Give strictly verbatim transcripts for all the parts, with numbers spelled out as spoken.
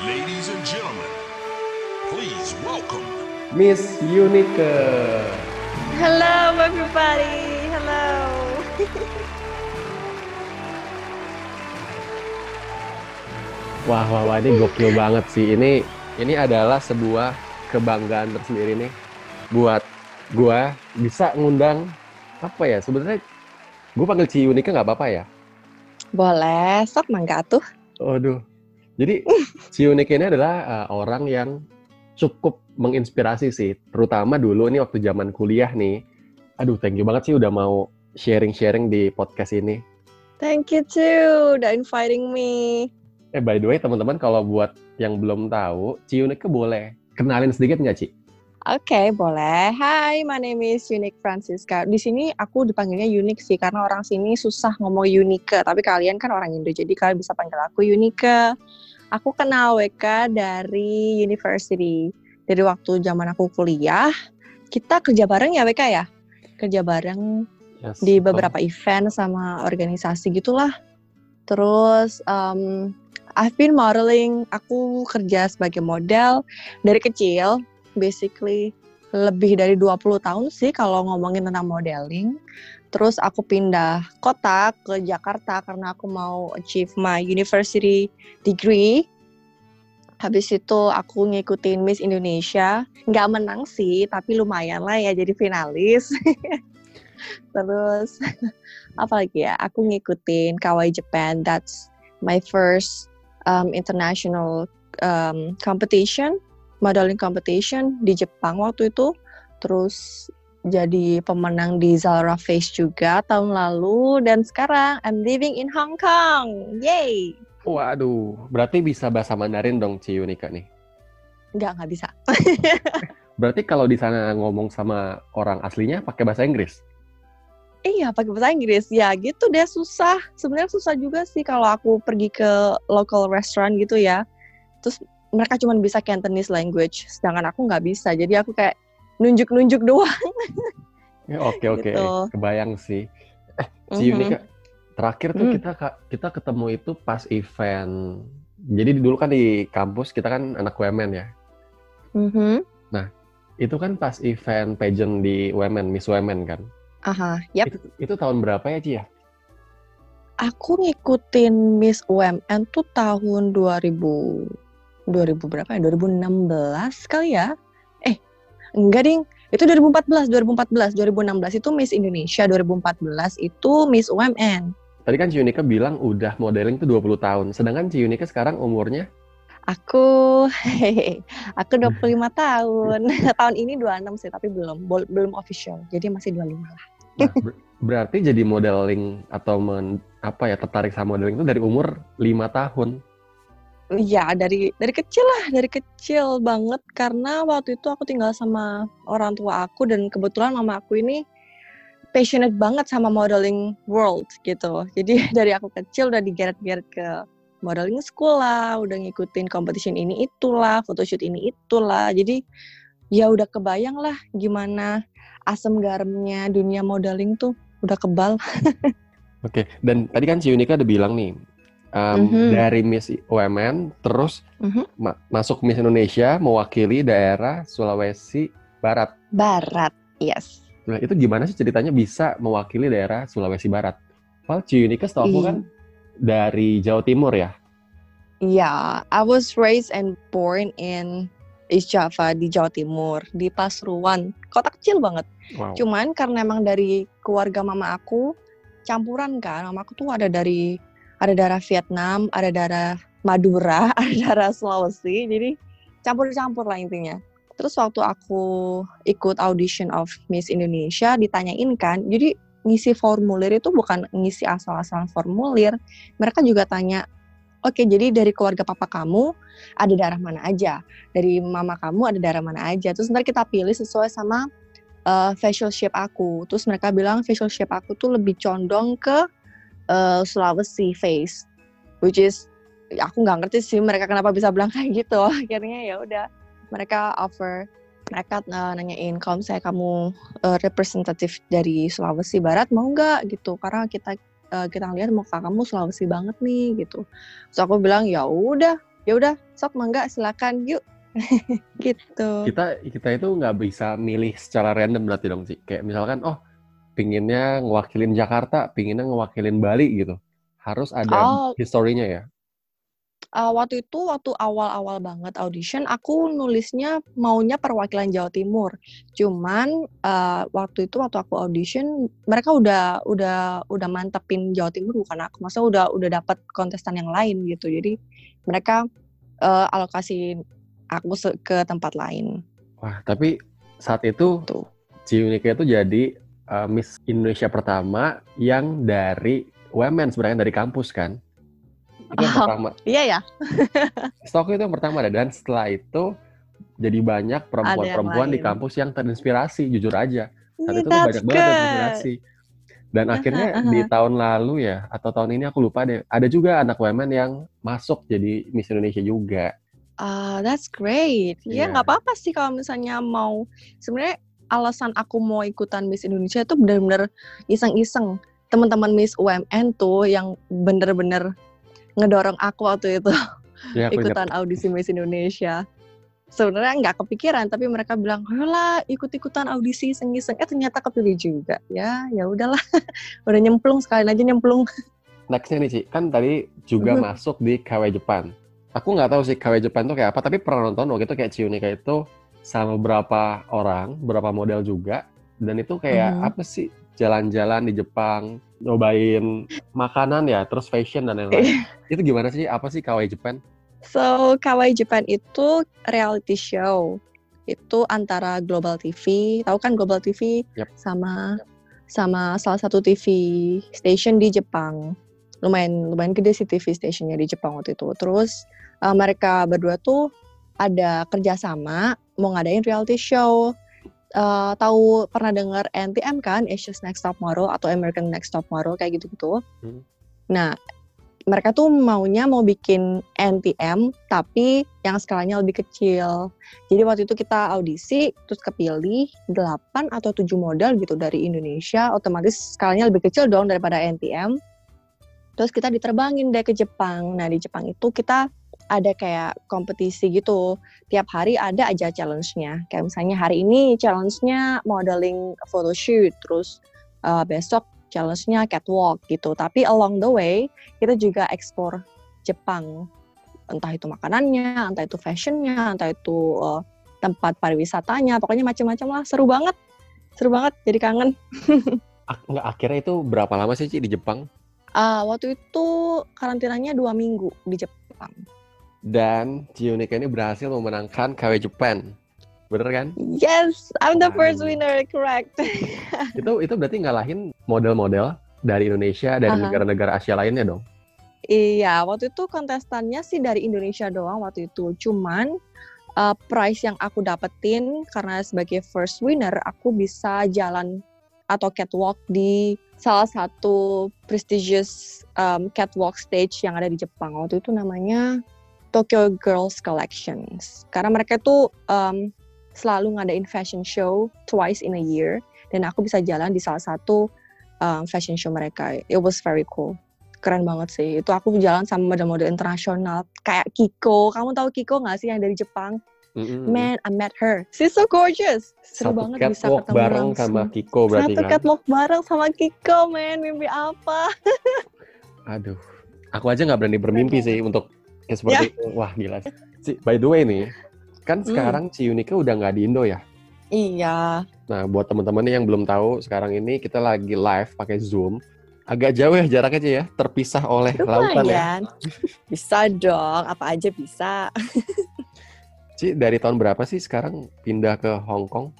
Ladies and gentlemen, please welcome Miss Unique. Hello everybody, hello. Wah, wah, wah, ini gokil banget sih. Ini ini adalah sebuah kebanggaan tersendiri nih buat gua bisa ngundang apa ya? Sebenarnya gua panggil Ci Unique nggak apa-apa ya? Boleh, sok mangga tuh. Waduh. Jadi Ci Unique ini adalah uh, orang yang cukup menginspirasi sih, terutama dulu nih waktu zaman kuliah nih. Aduh, thank you banget sih udah mau sharing-sharing di podcast ini. Thank you too, udah inviting me. Eh, by the way, teman-teman, kalau buat yang belum tahu, Ci Unique boleh kenalin sedikit nggak, Ci? Oke, okay, boleh. Hi, my name is Unique Francisca. Di sini aku dipanggilnya Unique sih, karena orang sini susah ngomong Unique. Tapi kalian kan orang Indo, jadi kalian bisa panggil aku Unique. Aku kenal W K dari university. Dari waktu zaman aku kuliah, kita kerja bareng ya W K ya? Kerja bareng Yes, di betul. beberapa event sama organisasi gitulah. Terus um, I've been modeling, aku kerja sebagai model dari kecil, basically lebih dari dua puluh tahun sih kalau ngomongin tentang modeling. Terus aku pindah kota ke Jakarta karena aku mau achieve my university degree. Habis itu aku ngikutin Miss Indonesia, nggak menang sih, tapi lumayan lah ya jadi finalis. Terus apa lagi ya, aku ngikutin Kawaii Japan, that's my first Um, international um, competition, modeling competition di Jepang waktu itu. Terus jadi pemenang di Zalora Face juga tahun lalu. Dan sekarang I'm living in Hong Kong. Yay! Waduh, berarti bisa bahasa Mandarin dong, Ci Unique nih? Enggak, nggak bisa. Berarti kalau di sana ngomong sama orang aslinya pakai bahasa Inggris? Iya, pakai bahasa Inggris. Ya gitu deh, susah. Sebenarnya susah juga sih kalau aku pergi ke local restaurant gitu ya. Terus mereka cuma bisa Cantonese language, sedangkan aku nggak bisa. Jadi aku kayak nunjuk-nunjuk doang. Ya, oke, oke. Gitu. Kebayang sih. Eh, Ci Mhm. Unique, terakhir tuh Hmm. kita kita ketemu itu pas event. Jadi dulu kan di kampus kita kan anak W M N ya. Mhm. Nah, itu kan pas event pageant di W M N, Miss W M N kan. Aha, yap. Itu, itu tahun berapa ya, Ci ya? Aku ngikutin Miss U M N tuh tahun dua ribu dua ribu berapa ya? dua ribu enam belas kali ya? Eh, enggak ding. Itu dua ribu empat belas, dua ribu empat belas, dua ribu enam belas itu Miss Indonesia, dua ribu empat belas itu Miss U M N. Tadi kan Ci Unique bilang udah modeling tuh dua puluh tahun. Sedangkan Ci Unique sekarang umurnya? Aku hehehe, aku dua puluh lima tahun. Tahun ini dua puluh enam sih, tapi belum bol- belum official. Jadi masih dua puluh lima lah. Nah, ber- berarti jadi modeling atau men, apa ya tertarik sama modeling itu dari umur lima tahun. Iya, dari dari kecil lah, dari kecil banget karena waktu itu aku tinggal sama orang tua aku dan kebetulan mama aku ini passionate banget sama modeling world gitu. Jadi dari aku kecil udah digeret-geret ke modeling school lah, udah ngikutin competition ini itulah, photoshoot ini itulah. Jadi ya udah kebayang lah gimana asam garamnya dunia modeling tuh udah kebal. Oke, dan tadi kan Ci Unique udah bilang nih, um, Mhm. dari Miss U M N terus Mhm. ma- masuk Miss Indonesia mewakili daerah Sulawesi Barat. Barat, yes. Nah, itu gimana sih ceritanya bisa mewakili daerah Sulawesi Barat? Well, Ci Unique setahu aku kan dari Jawa Timur ya? Yeah, I was raised and born in East Java di Jawa Timur, di Pasuruan, kota kecil banget. Wow. Cuman karena emang dari keluarga mama aku campuran kan, mama aku tuh ada dari ada darah Vietnam, ada darah Madura, ada darah Sulawesi, jadi campur-campur lah intinya. Terus waktu aku ikut audition of Miss Indonesia, ditanyain kan, jadi ngisi formulir itu bukan ngisi asal-asalan formulir, mereka juga tanya, oke, jadi dari keluarga papa kamu ada darah mana aja, dari mama kamu ada darah mana aja, terus ntar kita pilih sesuai sama uh, facial shape aku. Terus mereka bilang facial shape aku tuh lebih condong ke uh, Sulawesi face, which is aku nggak ngerti sih mereka kenapa bisa bilang kayak gitu. Akhirnya ya udah mereka offer, mereka uh, nanyain kalau misalnya kamu uh, representatif dari Sulawesi Barat mau nggak gitu, karena kita uh, kita lihat muka kamu Sulawesi banget nih gitu. Terus aku bilang ya udah, ya udah sok mangga silakan yuk gitu. Kita kita itu nggak bisa milih secara random berarti dong sih. Kayak misalkan, oh pinginnya ngewakilin Jakarta, pinginnya ngewakilin Bali gitu. Harus ada Oh, historinya ya. uh, waktu itu waktu awal-awal banget audition, aku nulisnya maunya perwakilan Jawa Timur. Cuman uh, waktu itu waktu aku audition, mereka udah udah udah mantepin Jawa Timur bukan aku. Maksudnya udah udah dapat kontestan yang lain gitu. Jadi mereka uh, alokasi aku se- ke tempat lain. Wah, tapi saat itu Tuh. Ciunika itu jadi uh, Miss Indonesia pertama yang dari women sebenarnya dari kampus kan. Itu yang Oh, pertama. iya ya. Setahu itu yang pertama ada, dan setelah itu jadi banyak perempuan-perempuan di lain. kampus yang terinspirasi, jujur aja. Saat itu tuh That's banyak banget good. terinspirasi. Dan akhirnya Aha, aha. di tahun lalu ya, atau tahun ini aku lupa deh, ada juga anak women yang masuk jadi Miss Indonesia juga. Ah, that's great. Ya Iya. nggak apa-apa sih kalau misalnya mau. Sebenarnya alasan aku mau ikutan Miss Indonesia itu benar-benar iseng-iseng. Teman-teman Miss U M N tuh yang bener-bener ngedorong aku waktu itu Ya, aku ingat. ikutan audisi Miss Indonesia. Sebenarnya nggak kepikiran, tapi mereka bilang, "Ayolah, ikut-ikutan audisi iseng-iseng." Eh ternyata kepilih juga. Ya, ya udahlah. Udah nyemplung sekalian aja nyemplung. Nextnya nih, Ci, kan tadi juga Mhm. masuk di K W Jepang. Aku nggak tahu sih K W Jepang itu kayak apa, tapi pernah nonton waktu itu kayak Ciunika itu sama beberapa orang, beberapa model juga, dan itu kayak Mhm. apa sih, jalan-jalan di Jepang, nyobain makanan ya, terus fashion dan lain-lain. Itu gimana sih? Apa sih K W Jepang? So, K W Japan itu reality show. Itu antara Global T V, tahu kan Global T V? Yap. Sama sama salah satu T V station di Jepang. Lumayan lumayan gede sih T V stationnya di Jepang waktu itu. Terus uh, mereka berdua tuh ada kerjasama mau ngadain reality show. Uh, tahu pernah dengar N T M kan, Asia's Next Top Model atau American Next Top Model kayak gitu-gitu. Hmm. Nah, mereka tuh maunya mau bikin N T M tapi yang skalanya lebih kecil. Jadi waktu itu kita audisi terus kepilih delapan atau tujuh model gitu dari Indonesia, otomatis skalanya lebih kecil dong daripada N T M. Terus kita diterbangin deh ke Jepang. Nah, di Jepang itu kita ada kayak kompetisi gitu. Tiap hari ada aja challenge-nya. Kayak misalnya hari ini challenge-nya modeling photoshoot, terus uh, besok challenge-nya catwalk gitu. Tapi along the way, kita juga ekspor Jepang. Entah itu makanannya, entah itu fashion-nya, entah itu uh, tempat pariwisatanya. Pokoknya macam-macam lah. Seru banget. Seru banget, jadi kangen. Ak- nggak, akhirnya itu berapa lama sih, Ci, di Jepang? Uh, waktu itu karantinanya dua minggu di Jepang. Dan Ciunika ini berhasil memenangkan K W Jepang. Bener kan? Yes, I'm the first Wow. winner, correct. Itu itu berarti ngalahin model-model dari Indonesia, dari Aha. negara-negara Asia lainnya dong? Iya, waktu itu kontestannya sih dari Indonesia doang waktu itu. Cuman uh, prize yang aku dapetin karena sebagai first winner, aku bisa jalan atau catwalk di salah satu prestigious um, catwalk stage yang ada di Jepang. Waktu itu namanya Tokyo Girls Collections. Karena mereka tuh um, selalu ngadain fashion show twice in a year. Dan aku bisa jalan di salah satu um, fashion show mereka. It was very cool. Keren banget sih. Itu aku jalan sama model-model internasional. Kayak Kiko. Kamu tahu Kiko gak sih yang dari Jepang? Mm-mm. Man, I met her. She's so gorgeous. Seru Satu banget bisa catwalk ketemu bareng langsung. sama Kiko berarti Satu kan? catwalk bareng sama Kiko, man. Mimpi apa? Aduh, aku aja nggak berani bermimpi Keren sih untuk ya seperti itu. Wah gila. Ci, by the way nih, kan Hmm. sekarang Ciunika udah nggak di Indo ya. Iya. Nah, buat teman-teman nih yang belum tahu, sekarang ini kita lagi live pakai Zoom. Agak jauh ya jaraknya, Ci, ya, terpisah oleh lautan ya. Lumayan. Bisa dong. Apa aja bisa. Ci, dari tahun berapa sih sekarang pindah ke Hong Kong?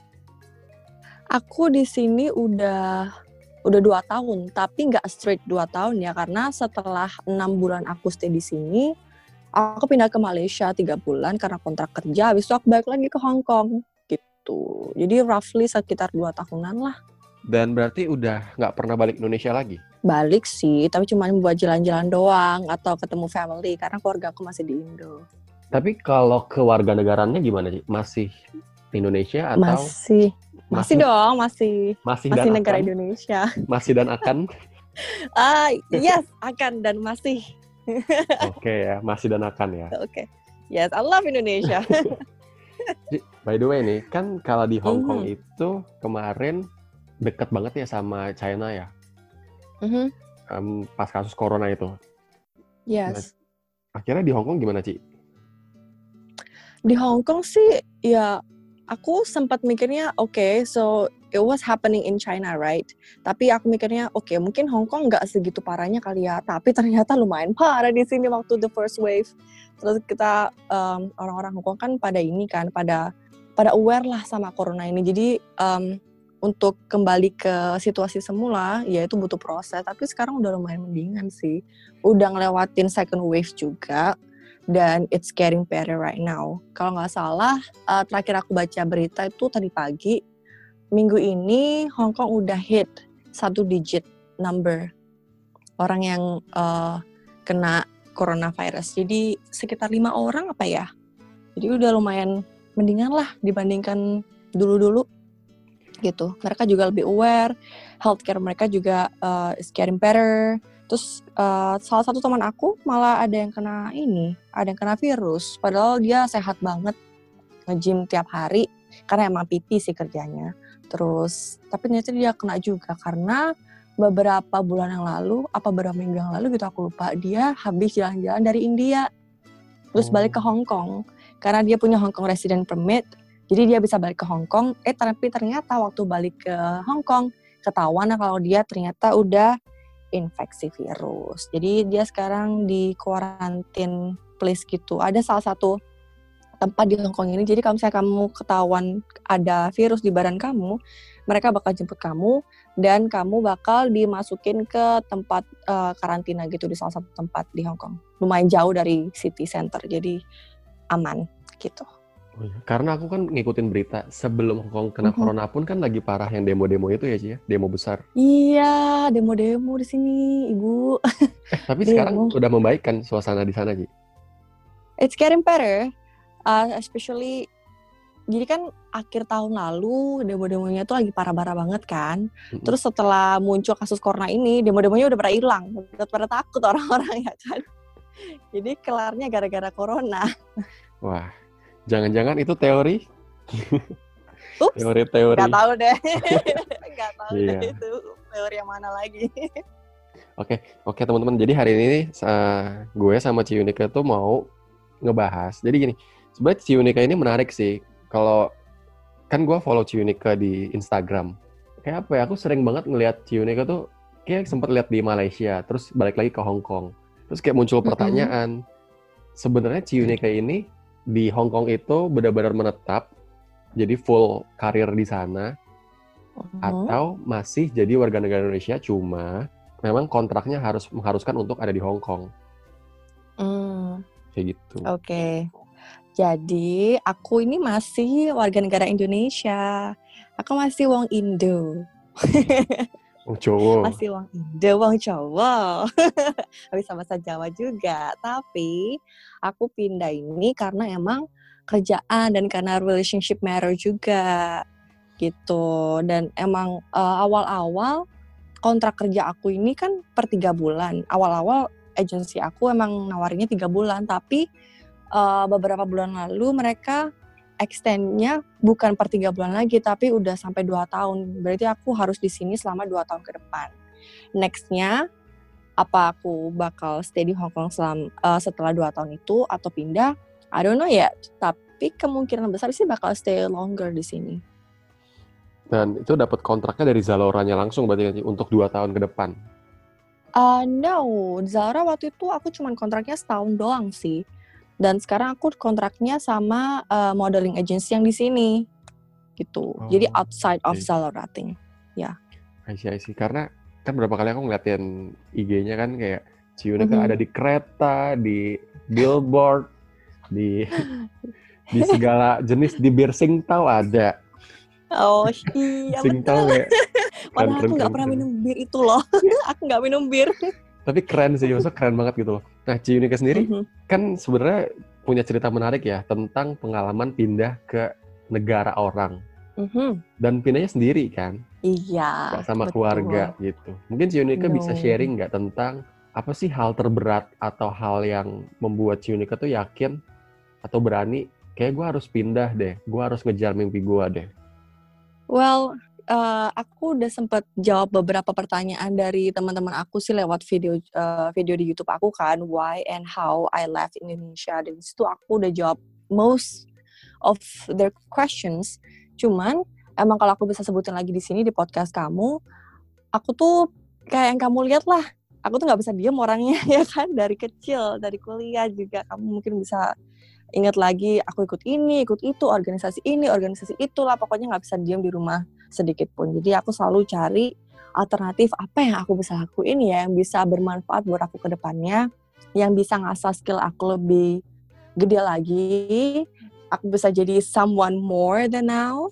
Aku di sini udah udah dua tahun, tapi nggak straight dua tahun ya, karena setelah enam bulan aku stay di sini, aku pindah ke Malaysia tiga bulan karena kontrak kerja, habis itu aku balik lagi ke Hong Kong gitu. Jadi roughly sekitar dua tahunan lah. Dan berarti udah nggak pernah balik Indonesia lagi? Balik sih, tapi cuma buat jalan-jalan doang atau ketemu family karena keluarga aku masih di Indo. Tapi kalau kewarganegaraannya gimana sih? Masih di Indonesia atau Masih, masih dong, masih, masih, masih dan negara akan? Indonesia. Masih dan akan? Ah, yes, akan dan masih. Oke ya, masih dan akan ya. Oke. Yes, I love Indonesia. Ji, by the way nih, kan kalau di Hong Kong Mhm. itu kemarin deket banget ya sama China ya, Mhm. em, pas kasus corona itu. Nah, Yes. akhirnya di Hong Kong gimana, Ci? Di Hong Kong sih ya aku sempat mikirnya oke, so it was happening in China, right? Tapi aku mikirnya oke, mungkin Hong Kong nggak segitu parahnya kali ya, tapi ternyata lumayan parah di sini waktu the first wave. Terus kita em, orang-orang Hong Kong kan pada ini kan, pada pada aware lah sama corona ini. Jadi em, untuk kembali ke situasi semula, ya itu butuh proses. Tapi sekarang udah lumayan mendingan sih. Udah ngelewatin second wave juga. Dan it's getting better right now. Kalau nggak salah, uh, terakhir aku baca berita itu tadi pagi, minggu ini Hong Kong udah hit satu digit number orang yang uh, kena coronavirus. Jadi sekitar lima orang apa ya? Jadi udah lumayan mendingan lah dibandingkan dulu-dulu gitu. Mereka juga lebih aware, healthcare mereka juga uh, is getting better. Terus uh, salah satu teman aku malah ada yang kena ini, ada yang kena virus. Padahal dia sehat banget, nge-gym tiap hari, karena emang P T sih kerjanya. Terus, tapi ternyata dia kena juga karena beberapa bulan yang lalu, apa beberapa minggu yang lalu gitu aku lupa, dia habis jalan-jalan dari India, terus balik ke Oh, Hong Kong. Karena dia punya Hong Kong resident permit, jadi dia bisa balik ke Hong Kong. Eh tapi ternyata waktu balik ke Hong Kong, ketahuan kalau dia ternyata udah infeksi virus. Jadi dia sekarang di quarantine place gitu. Ada salah satu tempat di Hong Kong ini. Jadi kalau misalnya kamu ketahuan ada virus di badan kamu, mereka bakal jemput kamu dan kamu bakal dimasukin ke tempat uh, karantina gitu di salah satu tempat di Hong Kong. Lumayan jauh dari city center, jadi aman gitu. oh iya. Karena aku kan ngikutin berita sebelum Hong Kong kena Mhm. corona pun kan lagi parah yang demo-demo itu ya, Ci ya, demo besar. Iya, demo-demo di sini, Ibu. Eh, tapi sekarang Demo. udah membaik kan suasana di sana, Ci? It's getting better, uh, especially jadi kan akhir tahun lalu demo-demonya tuh lagi parah-parah banget kan. Mm-mm. Terus setelah muncul kasus corona ini, demo-demonya udah pada hilang, udah pada takut orang-orang ya kan. Jadi kelarnya gara-gara corona. Wah, jangan-jangan itu teori, Ups, teori-teori. nggak tahu deh, nggak tahu deh Iya. itu teori yang mana lagi. Oke, oke teman-teman. Jadi hari ini uh, gue sama Ciunika tuh mau ngebahas. Jadi gini, sebenarnya Ciunika ini menarik sih. Kalau kan gue follow Ciunika di Instagram. Kayak apa ya? Aku sering banget ngelihat Ciunika tuh kayak sempat lihat di Malaysia, terus balik lagi ke Hong Kong. Terus kayak muncul pertanyaan, sebenarnya Ciunika ini di Hong Kong itu benar-benar menetap, jadi full karir di sana, Mhm. atau masih jadi warga negara Indonesia, cuma memang kontraknya harus mengharuskan untuk ada di Hong Kong, Hmm, kayak gitu. oke. Jadi aku ini masih warga negara Indonesia. Aku masih wong Indo. Oh, cowok. Masih wong Indo, wong Jawa. Bisa bahasa Jawa juga. Tapi aku pindah ini karena emang kerjaan dan karena relationship matter juga gitu. Dan emang uh, awal-awal kontrak kerja aku ini kan per tiga bulan. Awal-awal agensi aku emang nawarinnya tiga bulan, tapi uh, beberapa bulan lalu mereka extend-nya bukan per tiga bulan lagi, tapi udah sampai dua tahun. Berarti aku harus di sini selama dua tahun ke depan. Next-nya, apa aku bakal stay di Hong Kong selam, uh, setelah dua tahun itu atau pindah? I don't know yet. Tapi kemungkinan besar sih bakal stay longer di sini. Dan itu dapat kontraknya dari Zaloranya langsung berarti nanti untuk dua tahun ke depan. Uh, no, Zara waktu itu aku cuma kontraknya setahun doang sih. Dan sekarang aku kontraknya sama uh, modeling agency yang di sini, gitu. Oh, Jadi outside of oke. Zalora thing. I see, I see. Karena kan berapa kali aku ngeliatin I G-nya kan kayak Ciunika Mhm. ada di kereta, di billboard, di di segala jenis, di bir Singtao ada. Oh iya Singtao betul. kayak Padahal keren, aku nggak keren, pernah keren. minum bir itu loh. Aku nggak minum bir. Tapi keren sih, maksudnya keren banget gitu loh. Nah, Ciunika sendiri Mhm. kan sebenarnya punya cerita menarik ya tentang pengalaman pindah ke negara orang. Mhm. Dan pindahnya sendiri kan, Iya, nggak sama betul. keluarga gitu. Mungkin Ciunika bisa No. sharing nggak tentang apa sih hal terberat atau hal yang membuat Ciunika tuh yakin atau berani, kayak gue harus pindah deh, gue harus ngejar mimpi gue deh? Well, uh, aku udah sempet jawab beberapa pertanyaan dari teman-teman aku sih lewat video uh, video di YouTube aku kan, why and how I left Indonesia. Dan situ aku udah jawab most of their questions. Cuman emang kalau aku bisa sebutin lagi di sini di podcast kamu, aku tuh kayak yang kamu lihat lah, aku tuh nggak bisa diem orangnya ya kan, dari kecil, dari kuliah juga kamu mungkin bisa ingat lagi, aku ikut ini, ikut itu, organisasi ini, organisasi itulah, pokoknya nggak bisa diem di rumah sedikit pun. Jadi aku selalu cari alternatif apa yang aku bisa lakuin ya, yang bisa bermanfaat buat aku ke depannya, yang bisa ngasah skill aku lebih gede lagi, aku bisa jadi someone more than now.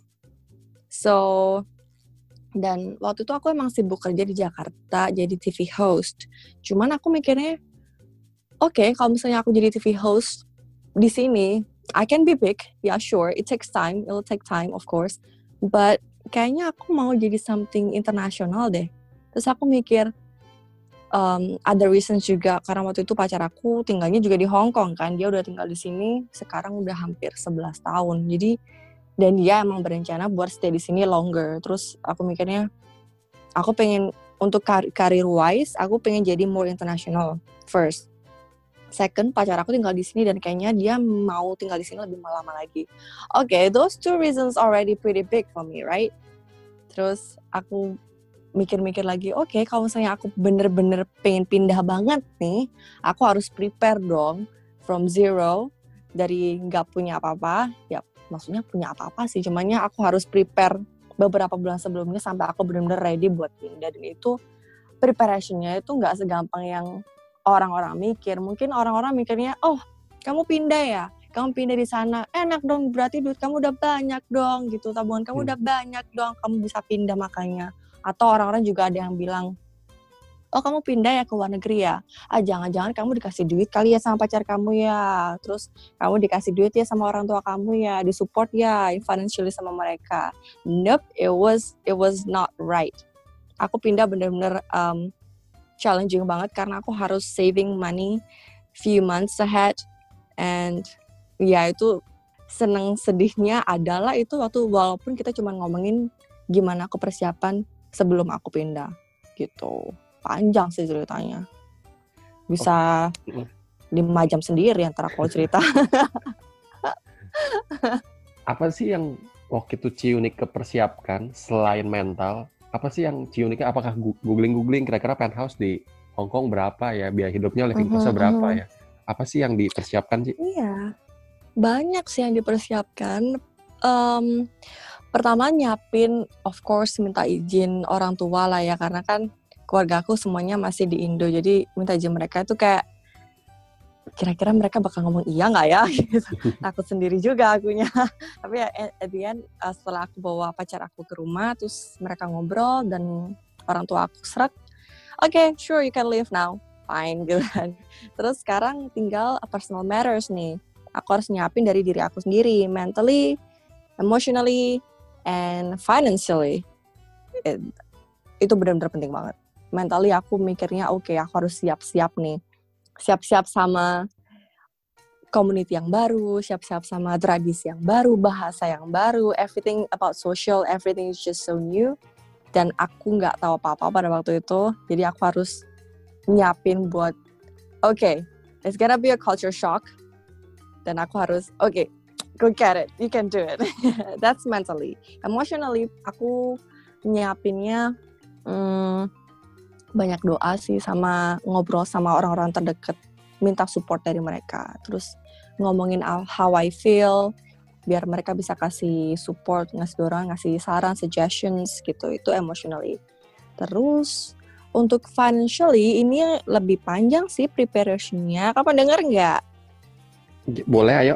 So, dan waktu itu aku emang sibuk kerja di Jakarta jadi T V host. Cuman aku mikirnya, oke, okay, kalau misalnya aku jadi T V host di sini, I can be big, yeah sure, it takes time, it will take time of course, but kayaknya aku mau jadi something international deh. Terus aku mikir, um, ada reasons juga, karena waktu itu pacar aku tinggalnya juga di Hong Kong kan, dia udah tinggal di sini, sekarang udah hampir sebelas tahun, jadi dan dia emang berencana buat stay di sini longer. Terus aku mikirnya, aku pengen untuk kar- career wise, aku pengen jadi more international first. Second, pacar aku tinggal di sini dan kayaknya dia mau tinggal di sini lebih lama lagi. Oke, okay, those two reasons already pretty big for me, right? Terus aku mikir-mikir lagi, oke, okay, kalau misalnya aku bener-bener pengen pindah banget nih, aku harus prepare dong from zero, dari nggak punya apa-apa, ya maksudnya punya apa-apa sih, cumannya aku harus prepare beberapa bulan sebelumnya sampai aku benar-benar ready buat pindah. Dan itu preparation-nya itu nggak segampang yang orang-orang mikir. Mungkin orang-orang mikirnya, oh kamu pindah ya, kamu pindah di sana, enak dong, berarti duit kamu udah banyak dong, gitu, tabungan kamu hmm. udah banyak dong, kamu bisa pindah makanya. Atau orang-orang juga ada yang bilang, oh kamu pindah ya ke luar negeri ya, ah jangan-jangan kamu dikasih duit kali ya sama pacar kamu ya, terus kamu dikasih duit ya sama orang tua kamu ya, disupport ya financially sama mereka. Nope, it was it was not right. Aku pindah bener-bener um, challenging banget karena aku harus saving money few months ahead, and ya itu seneng sedihnya adalah itu waktu walaupun kita cuma ngomongin gimana aku persiapan sebelum aku pindah gitu. Panjang sih ceritanya. Bisa oh. lima jam sendiri antara kalau cerita. Apa sih yang waktu itu Ciunika persiapkan selain mental? Apa sih yang Ciunika, apakah googling-googling kira-kira penthouse di Hong Kong berapa ya, biaya hidupnya, living cost-nya berapa uh-huh. ya? Apa sih yang dipersiapkan sih? Iya, banyak sih yang dipersiapkan. Um, pertama nyiapin, of course minta izin orang tua lah ya, karena kan keluarga aku semuanya masih di Indo, jadi minta izin mereka itu kayak kira-kira mereka bakal ngomong iya nggak ya? Gitu. Takut sendiri juga akunya. Tapi ya, at the end, uh, setelah aku bawa pacar aku ke rumah, terus mereka ngobrol dan orang tua aku seret, oke, okay, sure you can leave now, fine gitu kan. Terus sekarang tinggal personal matters nih. Aku harus nyiapin dari diri aku sendiri, mentally, emotionally, and financially. It, itu benar-benar penting banget. Mentally aku mikirnya oke, okay, aku harus siap-siap nih. Siap-siap sama community yang baru, siap-siap sama tradisi yang baru, bahasa yang baru, everything about social, everything is just so new. Dan aku nggak tahu apa-apa pada waktu itu, jadi aku harus nyiapin buat, oke, okay, it's gonna be a culture shock. Dan aku harus, oke, okay, go get it, you can do it. That's mentally. Emotionally, aku nyiapinnya, hmm, banyak doa sih sama ngobrol sama orang-orang terdekat, minta support dari mereka. Terus ngomongin how I feel, biar mereka bisa kasih support, ngasih dorong, ngasih saran, suggestions gitu. Itu emotionally. Terus untuk financially ini lebih panjang sih preparation-nya. Kapan denger nggak? Boleh, ayo.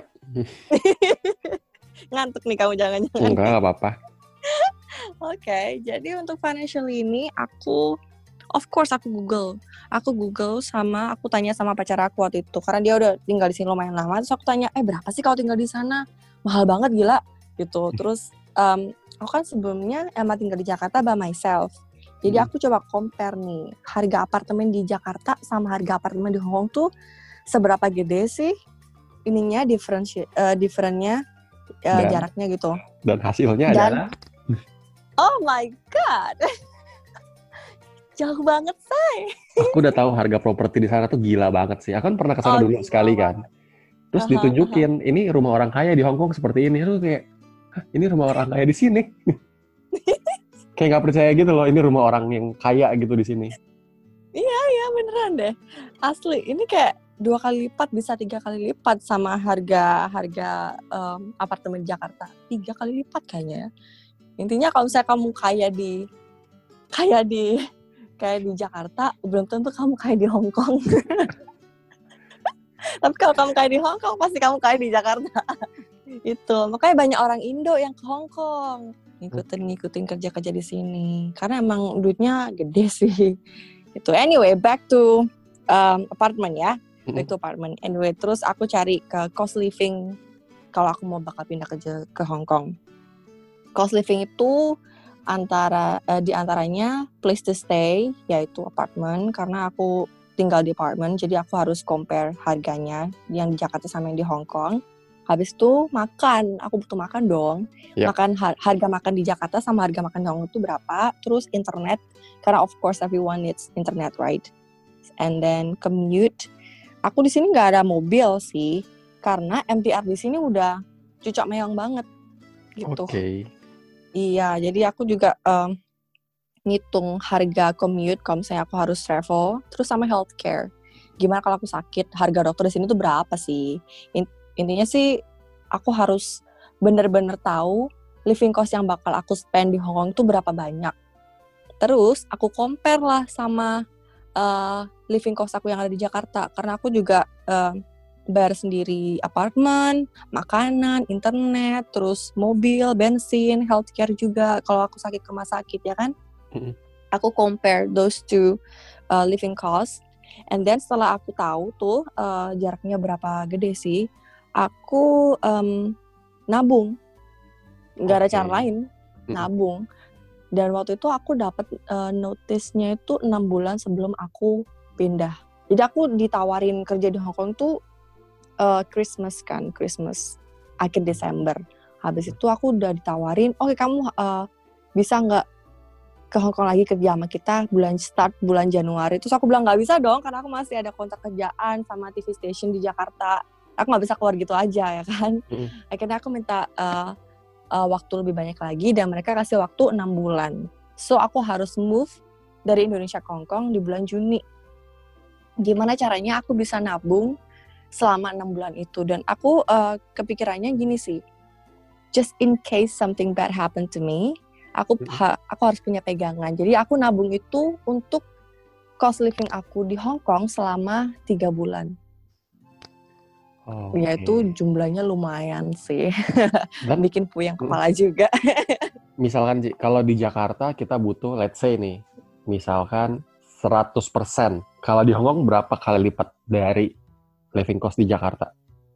Ngantuk nih kamu, jangan-jangan. Enggak, nggak apa-apa. Oke, okay, jadi untuk financially ini aku of course aku Google. Aku Google sama aku tanya sama pacar aku waktu itu karena dia udah tinggal di sini lumayan lama. Terus aku tanya, "Eh, berapa sih kalau tinggal di sana?" Mahal banget gila gitu. Terus um, aku kan sebelumnya emang tinggal di Jakarta by myself. Jadi Hmm. aku coba compare nih, harga apartemen di Jakarta sama harga apartemen di Hong Kong tuh seberapa gede sih ininya, difference, uh, differentnya, uh, Dan jaraknya gitu. dan hasilnya Dan adalah oh my god, jauh banget say. aku udah tahu harga properti di sana tuh gila banget sih. Aku kan pernah ke sana Oh dulu gila sekali banget. kan. Terus Aha, aha. ditunjukin, ini rumah orang kaya di Hong Kong seperti ini. Terus kayak, "Hah, ini rumah orang kaya di sini." Kayak nggak percaya gitu loh, ini rumah orang yang kaya gitu di sini. Iya iya beneran deh, asli. Ini kayak dua kali lipat, bisa tiga kali lipat sama harga harga um, apartemen di Jakarta. Tiga kali lipat kayaknya. Intinya kalau misalnya kamu kaya di kaya di kayak di Jakarta, belum tentu kamu kaya di Hong Kong. Tapi kalau kamu kaya di Hong Kong, pasti kamu kaya di Jakarta. Itu makanya banyak orang Indo yang ke Hong Kong ngikutin ngikutin kerja-kerja di sini karena emang duitnya gede sih. Itu anyway, back to um, apartment ya. Back to apartment. Anyway, terus aku cari ke cost living kalau aku mau bakal pindah kerja ke Hong Kong. Cost living itu antara uh, di antaranya place to stay, yaitu apartemen, karena aku tinggal di apartemen, jadi aku harus compare harganya yang di Jakarta sama yang di Hong Kong. Habis itu makan, aku butuh makan dong. Yep. Makan harga makan di Jakarta sama harga makan di Hong Kong itu berapa? Terus internet, karena of course everyone needs internet, right? And then commute. Aku di sini nggak ada mobil sih, karena M T R di sini udah cucok meong banget, gitu. Oke. Okay. Iya, jadi aku juga um, ngitung harga commute kalau misalnya aku harus travel, terus sama healthcare. Gimana kalau aku sakit? Harga dokter di sini tuh berapa sih? Intinya sih aku harus bener-bener tahu living cost yang bakal aku spend di Hong Kong itu berapa banyak. Terus aku compare lah sama uh, living cost aku yang ada di Jakarta. Karena aku juga uh, bayar sendiri apartemen, makanan, internet, terus mobil, bensin, healthcare juga kalau aku sakit ke rumah sakit ya kan. Mm-hmm. Aku compare those two uh, living cost. And then setelah aku tahu tuh uh, jaraknya berapa gede sih, aku um, nabung, nggak ada okay. cara lain, nabung. Dan waktu itu aku dapat uh, notice-nya itu enam bulan sebelum aku pindah. Jadi aku ditawarin kerja di Hong Kong tuh uh, Christmas kan, Christmas akhir Desember. Habis itu aku udah ditawarin, oke okay, kamu uh, bisa nggak ke Hong Kong lagi kerja sama kita bulan start bulan Januari. Terus aku bilang nggak bisa dong, karena aku masih ada kontrak kerjaan sama T V station di Jakarta. Aku nggak bisa keluar gitu aja ya kan. Mm. Akhirnya aku minta uh, uh, waktu lebih banyak lagi dan mereka kasih waktu enam bulan. So aku harus move dari Indonesia ke Hong Kong di bulan Juni. Gimana caranya aku bisa nabung selama enam bulan itu? Dan aku uh, kepikirannya gini sih, just in case something bad happen to me, aku ha- aku harus punya pegangan. Jadi aku nabung itu untuk cost living aku di Hong Kong selama tiga bulan. Okay. Ya itu jumlahnya lumayan sih. Dan bikin puyeng kepala juga. Misalkan kalau di Jakarta kita butuh let's say nih, misalkan seratus persen. Kalau di Hong Kong berapa kali lipat dari living cost di Jakarta?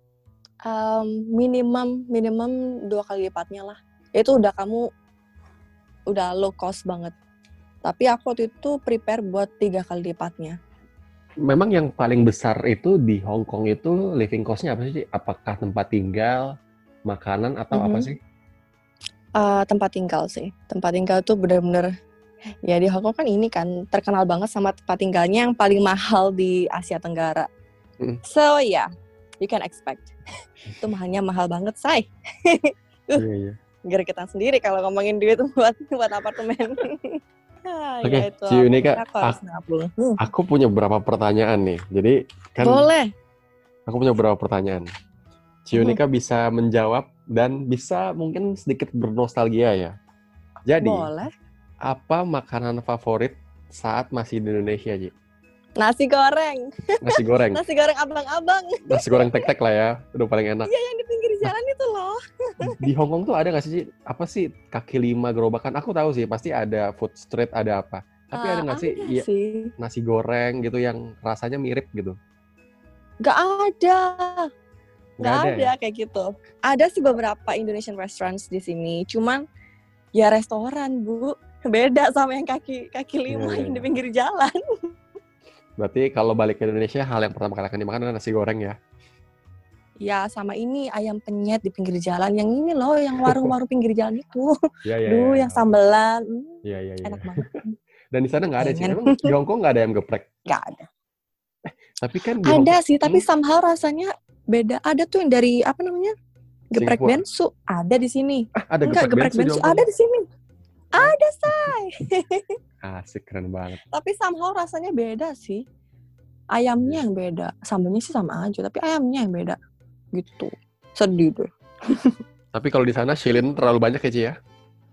Um, minimum minimum dua kali lipatnya lah. Itu udah kamu udah low cost banget. Tapi aku waktu itu prepare buat tiga kali lipatnya. Memang yang paling besar itu di Hong Kong itu living cost-nya apa sih? Apakah tempat tinggal, makanan, atau mm-hmm. apa sih? Uh, tempat tinggal sih. Tempat tinggal tuh benar-benar, ya di Hong Kong kan ini kan terkenal banget sama tempat tinggalnya yang paling mahal di Asia Tenggara. Mm. So ya, yeah, you can expect. Itu mahalnya mahal banget, say. uh, yeah, yeah. Gergetan sendiri kalau ngomongin duit buat buat apartemen. Oke, okay, ya Ciunika, aku, hmm. aku punya beberapa pertanyaan nih. Jadi kan boleh. Aku punya beberapa pertanyaan. Ciunika hmm. bisa menjawab dan bisa mungkin sedikit bernostalgia ya. Jadi, boleh. Apa makanan favorit saat masih di Indonesia, Ji? Nasi goreng. Nasi goreng. Nasi goreng abang-abang. Nasi goreng tek-tek lah ya, udah paling enak. Iya, yang di pinggir jalan nah, itu loh. Di Hong Kong tuh ada nggak sih, apa sih kaki lima gerobakan? Aku tahu sih, pasti ada food street, ada apa. Tapi uh, ada nggak sih, ya, sih nasi goreng gitu yang rasanya mirip gitu? Nggak ada. Nggak ada, ada ya? kayak gitu. Ada sih beberapa Indonesian restaurants di sini, cuman ya restoran, Bu. Beda sama yang kaki kaki Iya, lima iya, yang di iya. pinggir jalan. Berarti kalau balik ke Indonesia, hal yang pertama kali akan dimakan adalah nasi goreng ya? Ya sama ini ayam penyet di pinggir jalan. Yang ini loh, yang warung-warung pinggir jalan itu. Iya, iya, iya. Duh, yang sambelan. Hmm, Iya, iya, iya. enak banget. Dan di sana nggak ada sih. Pengen. Emang di Hong Kong nggak ada ayam geprek? Gak ada. Tapi kan di Hong Ada Kong, sih, tapi hmm, somehow rasanya beda. Ada tuh yang dari apa namanya? Geprek Singapura. bensu ada di sini. Ah, ada Enggak, geprek geprek bensu di bensu Hong Kong. ada di sini. Ada, say. Asik, keren banget. Tapi somehow rasanya beda sih. Ayamnya yang beda. Sambelnya sih sama aja, tapi ayamnya yang beda. Gitu. Sedih deh. Tapi kalau di sana shilin terlalu banyak ya, Ci ya?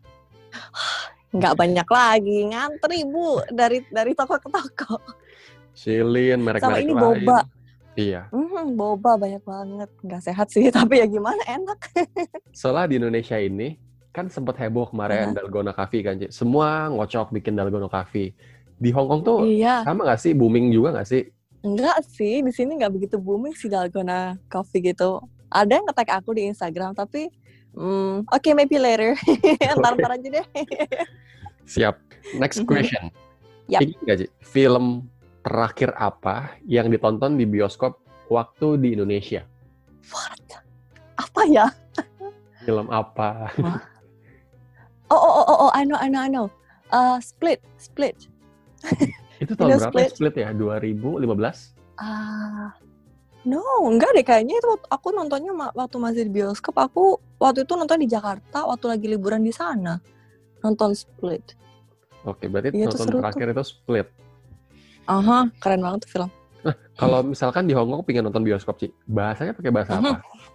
Nggak banyak lagi. Ngantri, Bu. Dari dari toko ke toko. Shilin, Sama merek-merek ini lain. boba. Iya. Hmm, boba banyak banget. Nggak sehat sih, tapi ya gimana, enak. Soalnya di Indonesia ini, kan sempat heboh kemarin Uh-huh. Dalgona Coffee kan, Ci? Semua ngocok bikin Dalgona Coffee. Di Hong Kong tuh Iya. sama nggak sih? Booming juga nggak sih? Enggak sih, di sini nggak begitu booming sih Dalgona Coffee gitu. Ada yang nge-tag aku di Instagram, tapi hmm, oke, maybe later. Ntar-ntar aja deh. Siap. Next Mhm. question. Yap. Ingat nggak, Ci? Film terakhir apa yang ditonton di bioskop waktu di Indonesia? What? Apa ya? Film apa? Oh, oh, oh, oh, oh, I know, I know, I know. Uh, Split, Split. Itu tahun Ini berapa Split. Split ya? dua ribu lima belas? Ah, no, enggak deh kayaknya itu waktu- aku nontonnya ma- waktu masih di bioskop. Aku waktu itu nonton di Jakarta waktu lagi liburan di sana. Nonton Split. Oke, berarti Iya, itu nonton seru terakhir itu Split. Aha, keren banget tuh film. Kalau misalkan di Hong Kong pengen nonton bioskop, Ci, bahasanya pakai bahasa Mhm. apa?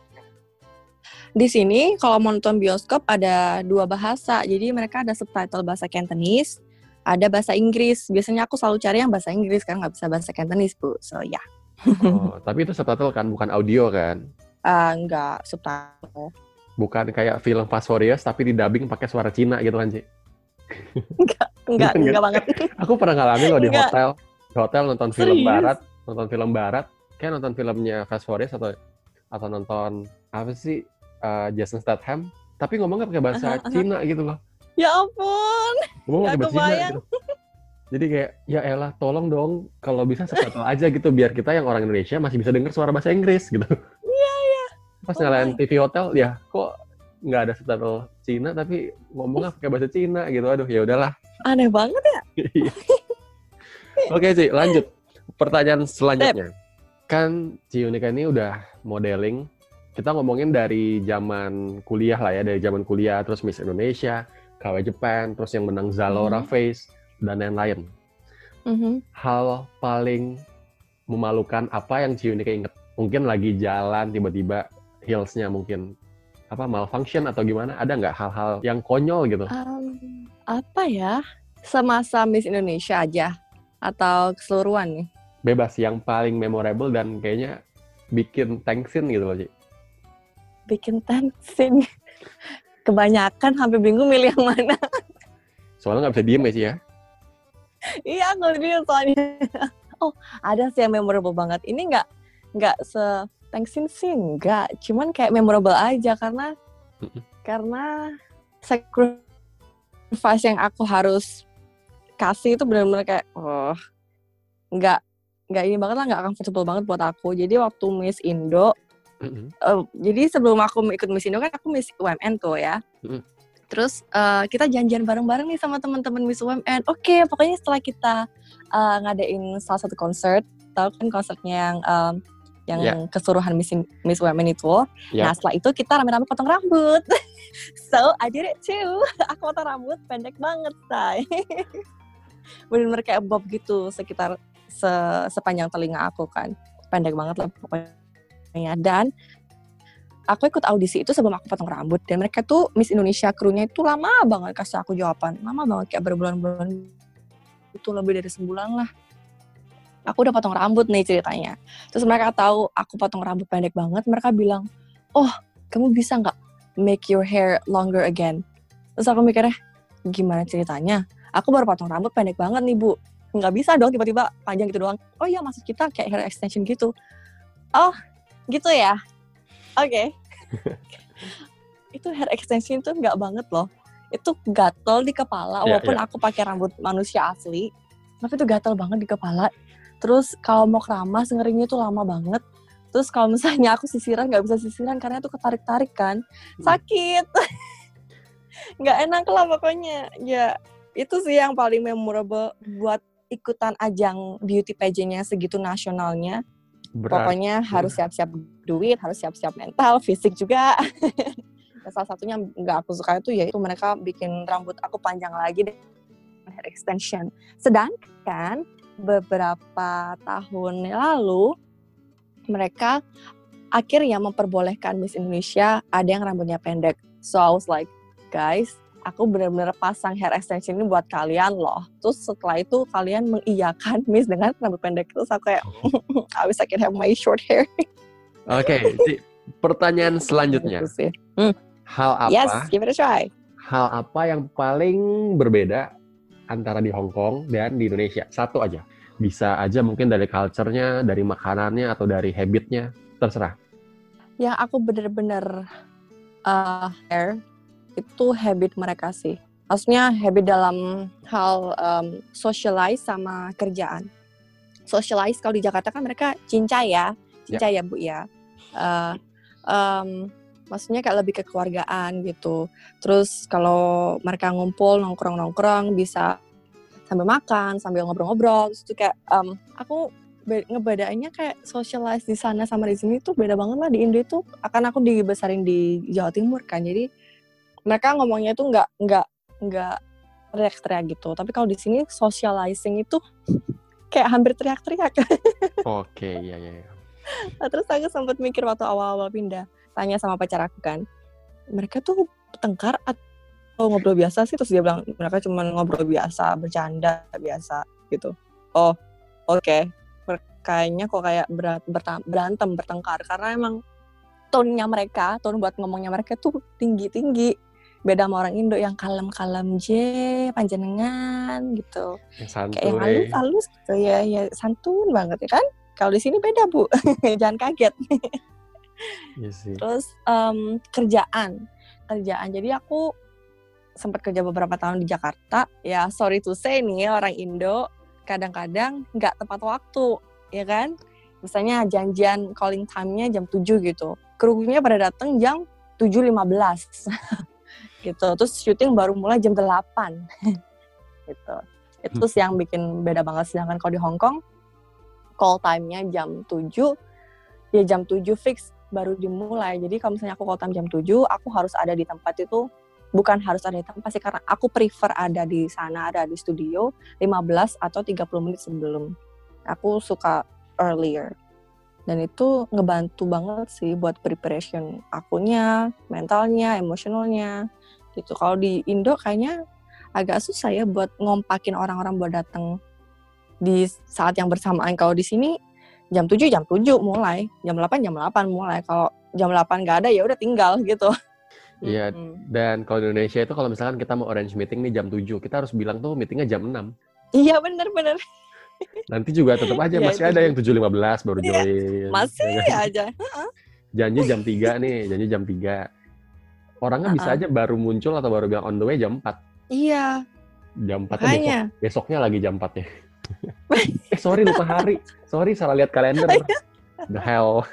Di sini kalau mau nonton bioskop ada dua bahasa. Jadi mereka ada subtitle bahasa Cantonese, ada bahasa Inggris. Biasanya aku selalu cari yang bahasa Inggris karena nggak bisa bahasa Cantonese, Bu. So ya, Oh, tapi itu subtitle kan, bukan audio kan? Ah, nggak subtitle. Bukan kayak film Fast Furious tapi di dubbing pakai suara Cina gitu kan, Ci? Nggak, nggak, Bukan, nggak banget. Aku pernah ngalamin loh di Nggak. hotel. Di hotel nonton film Serius? barat, nonton film barat, kayak nonton filmnya Fast Furious atau atau nonton apa sih uh, Jason Statham, tapi ngomongnya pakai bahasa Aha, aha. Cina gitu loh. Ya ampun. Ngomong Nggak pakai bahasa Cina kebayang. gitu. Jadi kayak, ya elah, tolong dong kalau bisa subtitle aja gitu biar kita yang orang Indonesia masih bisa dengar suara bahasa Inggris gitu. Iya, iya. Pas Oh nyalain my. T V hotel, ya kok nggak ada subtitle Cina tapi ngomongnya pakai bahasa Cina gitu. Aduh, ya udahlah. Aneh banget ya. Oke, Ci, lanjut. Pertanyaan selanjutnya. Kan Ci Unika ini udah modeling. Kita ngomongin dari zaman kuliah lah ya, dari zaman kuliah, terus Miss Indonesia, K W Japan, terus yang menang Zalora Mhm. Face, dan lain-lain. Mhm. Hal paling memalukan apa yang Ci Unika inget? Mungkin lagi jalan, tiba-tiba heels-nya mungkin apa malfunction atau gimana? Ada nggak hal-hal yang konyol gitu? Um, apa ya? Semasa Miss Indonesia aja atau keseluruhan nih? Bebas, yang paling memorable dan kayaknya bikin tensin gitu loh, Ci. Bikin tensin. Kebanyakan sampai bingung milih yang mana. Soalnya nggak bisa diem ya, Ci ya? Iya, aku dia soalnya. Oh, ada sih yang memorable banget. Ini nggak nggak se tensin sih, nggak. Cuman kayak memorable aja karena Mm-mm. karena sacrifice yang aku harus kasih itu benar-benar kayak oh nggak nggak ini banget lah, nggak comfortable banget buat aku. Jadi waktu Miss Indo, Mm-mm. eh, jadi sebelum aku ikut Miss Indo kan aku Miss U M N tuh ya. Mm-mm. Terus eh, kita janjian bareng-bareng nih sama teman-teman Miss U M N. Oke, pokoknya setelah kita eh, ngadain salah satu konser, tahu kan konsernya yang em, yang Ya. keseluruhan Miss, Miss U M N itu. Ya. Nah, setelah itu kita rame-rame potong rambut. So, I did it too. Aku potong rambut pendek banget, say. Bener-bener kayak bob gitu, sekitar se- sepanjang telinga aku kan. Pendek banget lah pokoknya. Dan aku ikut audisi itu sebelum aku potong rambut. Dan mereka tuh Miss Indonesia krunya itu lama banget kasih aku jawaban. Lama banget, kayak berbulan-bulan. Itu lebih dari sebulan lah. Aku udah potong rambut nih ceritanya. Terus mereka tahu aku potong rambut pendek banget. Mereka bilang, oh kamu bisa gak make your hair longer again? Terus aku mikirnya, gimana ceritanya? Aku baru potong rambut pendek banget nih, Bu. Nggak bisa dong tiba-tiba panjang gitu doang. Oh iya, maksud kita kayak hair extension gitu. Oh, gitu ya? Oke. Okay. Itu hair extension tuh nggak banget loh. itu gatel di kepala, Iya, walaupun iya. aku pakai rambut manusia asli, tapi itu gatel banget di kepala. Terus kalau mau keramas ngeringnya tuh lama banget. Terus kalau misalnya aku sisiran nggak bisa sisiran karena itu ketarik-tarik kan, sakit. Nggak enak lah pokoknya. Ya itu sih yang paling memorable buat ikutan ajang beauty pageant-nya segitu nasionalnya. Berarti Pokoknya harus siap-siap duit, harus siap-siap mental, fisik juga. Dan salah satunya nggak aku suka itu yaitu mereka bikin rambut aku panjang lagi dengan hair extension. Sedangkan beberapa tahun lalu mereka akhirnya memperbolehkan Miss Indonesia ada yang rambutnya pendek. So I was like, guys, aku benar-benar pasang hair extension ini buat kalian loh. Terus setelah itu kalian mengiyakan Miss dengan rambut pendek. Terus aku kayak, I wish I can have my short hair. Oke, Ci, pertanyaan selanjutnya. Gitu sih. Hmm. Hal apa? Yes, give it a try. Hal apa yang paling berbeda antara di Hong Kong dan di Indonesia? Satu aja. Bisa aja mungkin dari culture-nya, dari makanannya, atau dari habit-nya. Terserah. Yang aku bener-bener uh, hair itu habit mereka sih. Maksudnya habit dalam hal um, socialize sama kerjaan. Socialize kalau di Jakarta kan mereka cincai ya. Cincai ya, ya Bu ya. Uh, um, maksudnya kayak lebih ke kekeluargaan gitu. Terus kalau mereka ngumpul nongkrong-nongkrong bisa sambil makan, sambil ngobrol-ngobrol. Terus itu kayak um, aku be- ngebedainnya kayak socialize di sana sama di sini tuh beda banget lah. Di Indo itu akan aku dibesarin di Jawa Timur kan. Jadi mereka ngomongnya itu nggak nggak nggak teriak-teriak gitu. Tapi kalau di sini socializing itu kayak hampir teriak-teriak. Oke, iya, iya. Nah, terus aku sempat mikir waktu awal-awal pindah, tanya sama pacar aku kan, mereka tuh bertengkar atau ngobrol biasa sih? Terus dia bilang mereka cuma ngobrol biasa, bercanda biasa gitu. Oh, oke. Okay. Kayaknya kok kayak berat, berta- berantem, bertengkar karena emang tone-nya mereka, tone buat ngomongnya mereka tuh tinggi-tinggi. Beda sama orang Indo yang kalem-kalem je, panjenengan gitu. Yang santuy. Kayak yang halus-halus gitu ya, ya santun banget ya kan? Kalau di sini beda Bu, jangan kaget. Iya sih. Terus um, kerjaan, kerjaan. Jadi aku sempat kerja beberapa tahun di Jakarta. Ya sorry to say nih orang Indo kadang-kadang nggak tepat waktu, ya kan? Misalnya janjian calling time-nya jam tujuh gitu. Krunya pada datang jam tujuh lima belas gitu. Terus syuting baru mulai jam delapan gitu. Itu sih yang bikin beda banget. Sedangkan kalau di Hong Kong call time-nya jam tujuh, ya jam tujuh fix baru dimulai. Jadi kalau misalnya aku call time jam tujuh, aku harus ada di tempat itu, bukan harus ada di tempat sih, karena aku prefer ada di sana, ada di studio lima belas atau tiga puluh menit sebelum. Aku suka earlier. Dan itu ngebantu banget sih buat preparation akunya, mentalnya, emosionalnya gitu. Kalau di Indo kayaknya agak susah ya buat ngompakin orang-orang buat datang di saat yang bersamaan. Kalau di sini jam tujuh jam tujuh mulai, jam delapan jam delapan mulai. Kalau jam delapan nggak ada ya udah tinggal gitu. Iya, hmm. Dan kalau di Indonesia itu kalau misalkan kita mau arrange meeting nih jam tujuh, kita harus bilang tuh meetingnya jam enam. Iya benar-benar. Nanti juga tetap aja ya, masih ada yang tujuh lima belas baru ya, join. masih ya kan? aja. Janji jam tiga nih, janji jam tiga. Orangnya uh-uh. bisa aja baru muncul atau baru bilang on the way jam empat. Iya. Jam empatnya besok, besoknya lagi jam empatnya. eh sorry lupa hari. Sorry salah lihat kalender. The hell.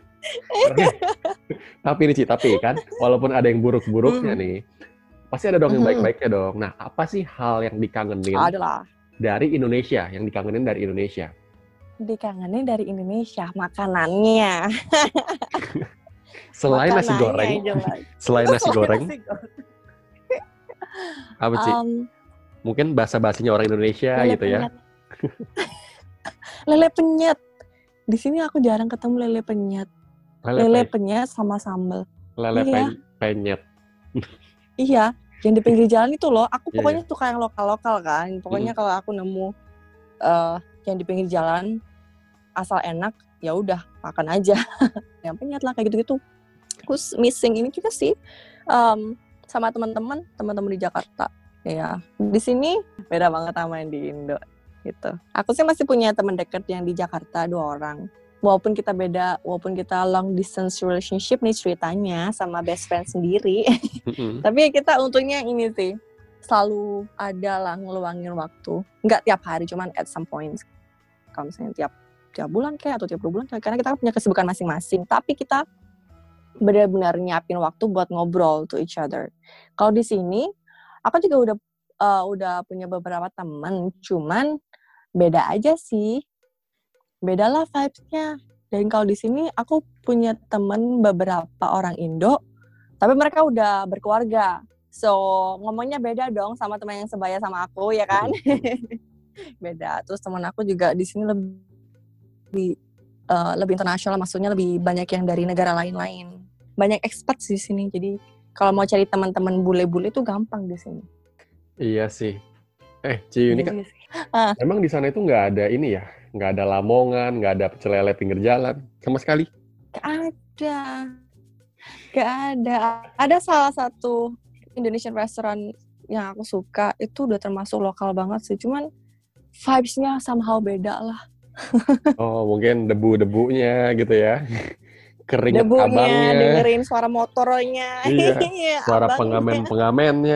Tapi nih Ci, tapi kan walaupun ada yang buruk-buruknya mm. nih, pasti ada dong yang baik-baiknya dong. Nah, apa sih hal yang dikangenin Adalah. dari Indonesia, yang dikangenin dari Indonesia? Dikangenin dari Indonesia, makanannya. Selain makanannya nasi goreng. Selain nasi goreng. Nasi goreng. Apa Ci? Um, Mungkin bahasa-bahasanya orang Indonesia gitu penyet. Ya. Lele penyet. Di sini aku jarang ketemu lele penyet. Lele, lele penyet sama sambal. Lele iya. penyet. Iya, yang di pinggir jalan itu loh. Aku pokoknya yeah. suka yang lokal-lokal kan. Pokoknya mm. kalau aku nemu uh, yang di pinggir jalan asal enak, ya udah makan aja. Yang penyet lah kayak gitu-gitu. Terus missing ini juga sih um, sama teman-teman, teman-teman di Jakarta. Ya, di sini beda banget sama yang di Indo gitu. Aku sih masih punya teman dekat yang di Jakarta dua orang. walaupun kita beda, walaupun kita long distance relationship nih ceritanya sama best friend sendiri. Mm-mm. Tapi kita untungnya ini sih, selalu ada lah ngeluangin waktu. Nggak tiap hari, cuman at some point. Kalau misalnya tiap tiap bulan kayak atau tiap dua bulan kayak, karena kita punya kesibukan masing-masing. Tapi kita benar-benar nyiapin waktu buat ngobrol to each other. Kalau di sini, aku juga udah uh, udah punya beberapa teman, cuman beda aja sih. Beda lah vibes-nya. Dan kalau di sini aku punya teman beberapa orang Indo, tapi mereka udah berkeluarga. So, ngomongnya beda dong sama teman yang sebaya sama aku, ya kan? Beda. Terus teman aku juga di sini lebih lebih, uh, lebih internasional, maksudnya lebih banyak yang dari negara lain-lain. Banyak expat di sini, jadi kalau mau cari teman-teman bule-bule itu gampang di sini. Iya sih. Eh, Ci Yuni Kak, Ah. emang di sana itu nggak ada ini ya? Nggak ada lamongan, nggak ada pecel lele pinggir jalan, sama sekali? Gak ada. Gak ada. Ada salah satu Indonesian restaurant yang aku suka, itu udah termasuk lokal banget sih. Cuman vibes-nya somehow beda lah. Oh, mungkin debu-debunya gitu ya. Keringet Debunya, abangnya. dengerin suara motornya. Iya, suara abangnya. pengamen-pengamennya.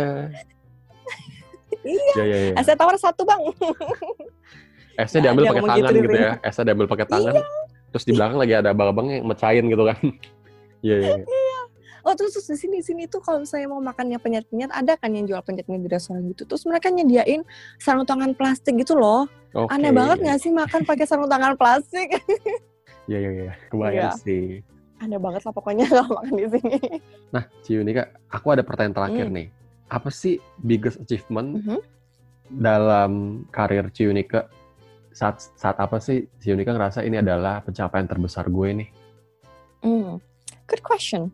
Iya. Iya, iya, iya. Es tawar satu, Bang. Esnya Nggak diambil ada pakai yang tangan begitu di gitu sini. ya. Esnya diambil pakai tangan. Iya. Terus di belakang lagi ada abang-abang yang mecahin gitu kan. Iya, iya, iya. Oh, terus, terus di sini sini tuh kalau misalnya mau makannya penyet-penyet, ada kan yang jual penyet-penyet di restoran gitu. Terus mereka nyediain sarung tangan plastik gitu loh. Oke. Aneh banget nggak sih makan pakai sarung tangan plastik? Iya, iya, iya. Kebayang Iya. sih. Aneh banget lah pokoknya kalau makan di sini. Nah, Ci Yuni Kak, aku ada pertanyaan terakhir Hmm. nih. Apa sih biggest achievement Mhm. dalam karir Ci Yuni Kak? Saat, saat apa sih Ci Yuni Kak ngerasa ini adalah pencapaian terbesar gue nih? Hmm. Good question.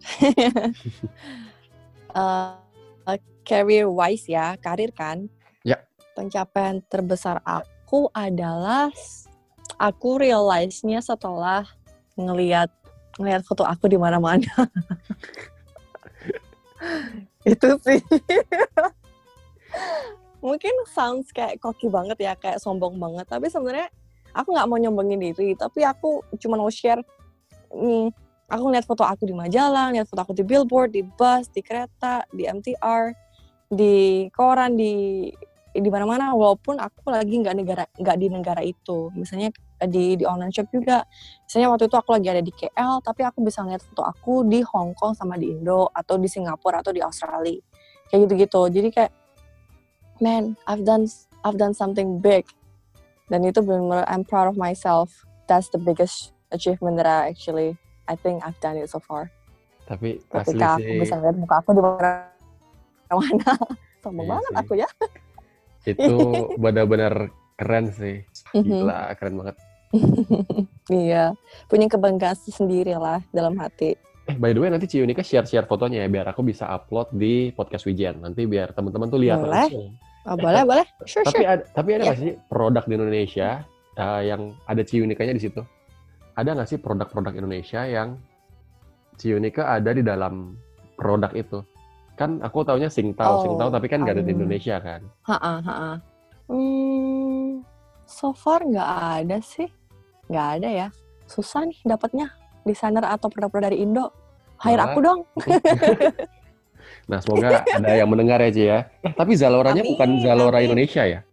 uh, career wise ya, karir kan. Ya. Pencapaian terbesar aku adalah aku realize-nya setelah ngelihat ngelihat foto aku di mana-mana. Itu sih. Mungkin sounds kayak cocky banget ya, kayak sombong banget. Tapi sebenarnya aku nggak mau nyombongin diri. Tapi aku cuma mau share nih. Aku ngeliat foto aku di majalah, ngeliat foto aku di billboard, di bus, di kereta, di M T R, di koran, di di mana-mana. Walaupun aku lagi nggak negara nggak di negara itu. Misalnya di di online shop juga. Misalnya waktu itu aku lagi ada di K L, tapi aku bisa ngeliat foto aku di Hong Kong sama di Indo, atau di Singapura atau di Australia, kayak gitu-gitu. Jadi kayak, man, I've done I've done something big. Dan itu benar-benar I'm proud of myself. That's the biggest achievement that I actually I think I've done it so far. Tapi asli Ketika sih, aku bisa lihat muka aku di mana-mana. Sombong Iya banget sih. aku ya. itu benar-benar keren sih. Mhm. Gila, keren banget. Iya, punya kebanggaan sendiri lah dalam hati. Eh, by the way, nanti Ci Yuni Kak share-share fotonya ya, biar aku bisa upload di podcast Wijen. Nanti biar teman-teman tuh lihat Boleh. langsung. Oh, boleh, boleh. Sure, Tapi sure. ada, tapi ada Iya. nggak sih produk di Indonesia uh, yang ada Ci Yuni Kak-nya di situ? Ada nggak sih produk-produk Indonesia yang Ci Yuni Kak ada di dalam produk itu? Kan aku taunya Singtao, Oh, Singtao, tapi kan nggak ada di um, Indonesia kan? Ha-ha, ha-ha. Hmm, so far nggak ada sih. Nggak ada ya. Susah nih dapatnya desainer atau produk-produk dari Indo. Hire Malah- aku dong. Nah, semoga ada yang mendengar ya, Ci ya. Eh, tapi Zaloranya Amin, bukan Zalora amin. Indonesia ya?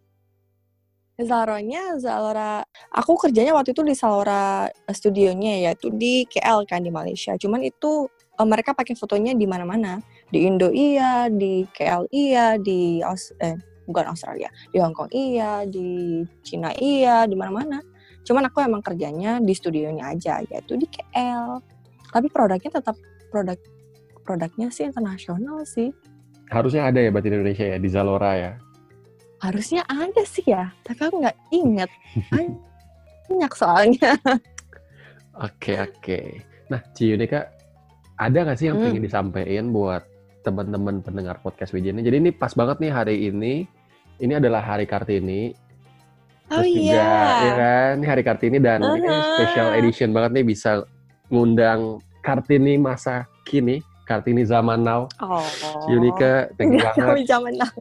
Zaloranya, Zalora, aku kerjanya waktu itu di Zalora studionya, yaitu di K L kan, di Malaysia. Cuman itu eh, mereka pakai fotonya di mana-mana. Di Indo iya, di K L iya, di Aus eh bukan Australia, di Hong Kong iya, di Cina iya, di mana-mana. Cuman aku emang kerjanya di studionya aja, yaitu di K L. Tapi produknya tetap produk produknya sih internasional sih. Harusnya ada ya berarti di Indonesia ya, di Zalora ya. Harusnya ada sih ya, tapi aku nggak inget. Banyak soalnya. Oke, oke. Nah, Ci Yuni Kak, ada nggak sih yang Hmm. pengen disampaikan buat teman-teman pendengar podcast Wijen ini? Jadi ini pas banget nih hari ini. Ini adalah hari Kartini. Oh Terus juga, iya. ya kan, ini hari Kartini dan ini Uh-huh. special edition banget nih bisa ngundang Kartini masa kini, Kartini zaman now. Oh. Ci Yuni Kak, thank you Nggak banget. tahu zaman now.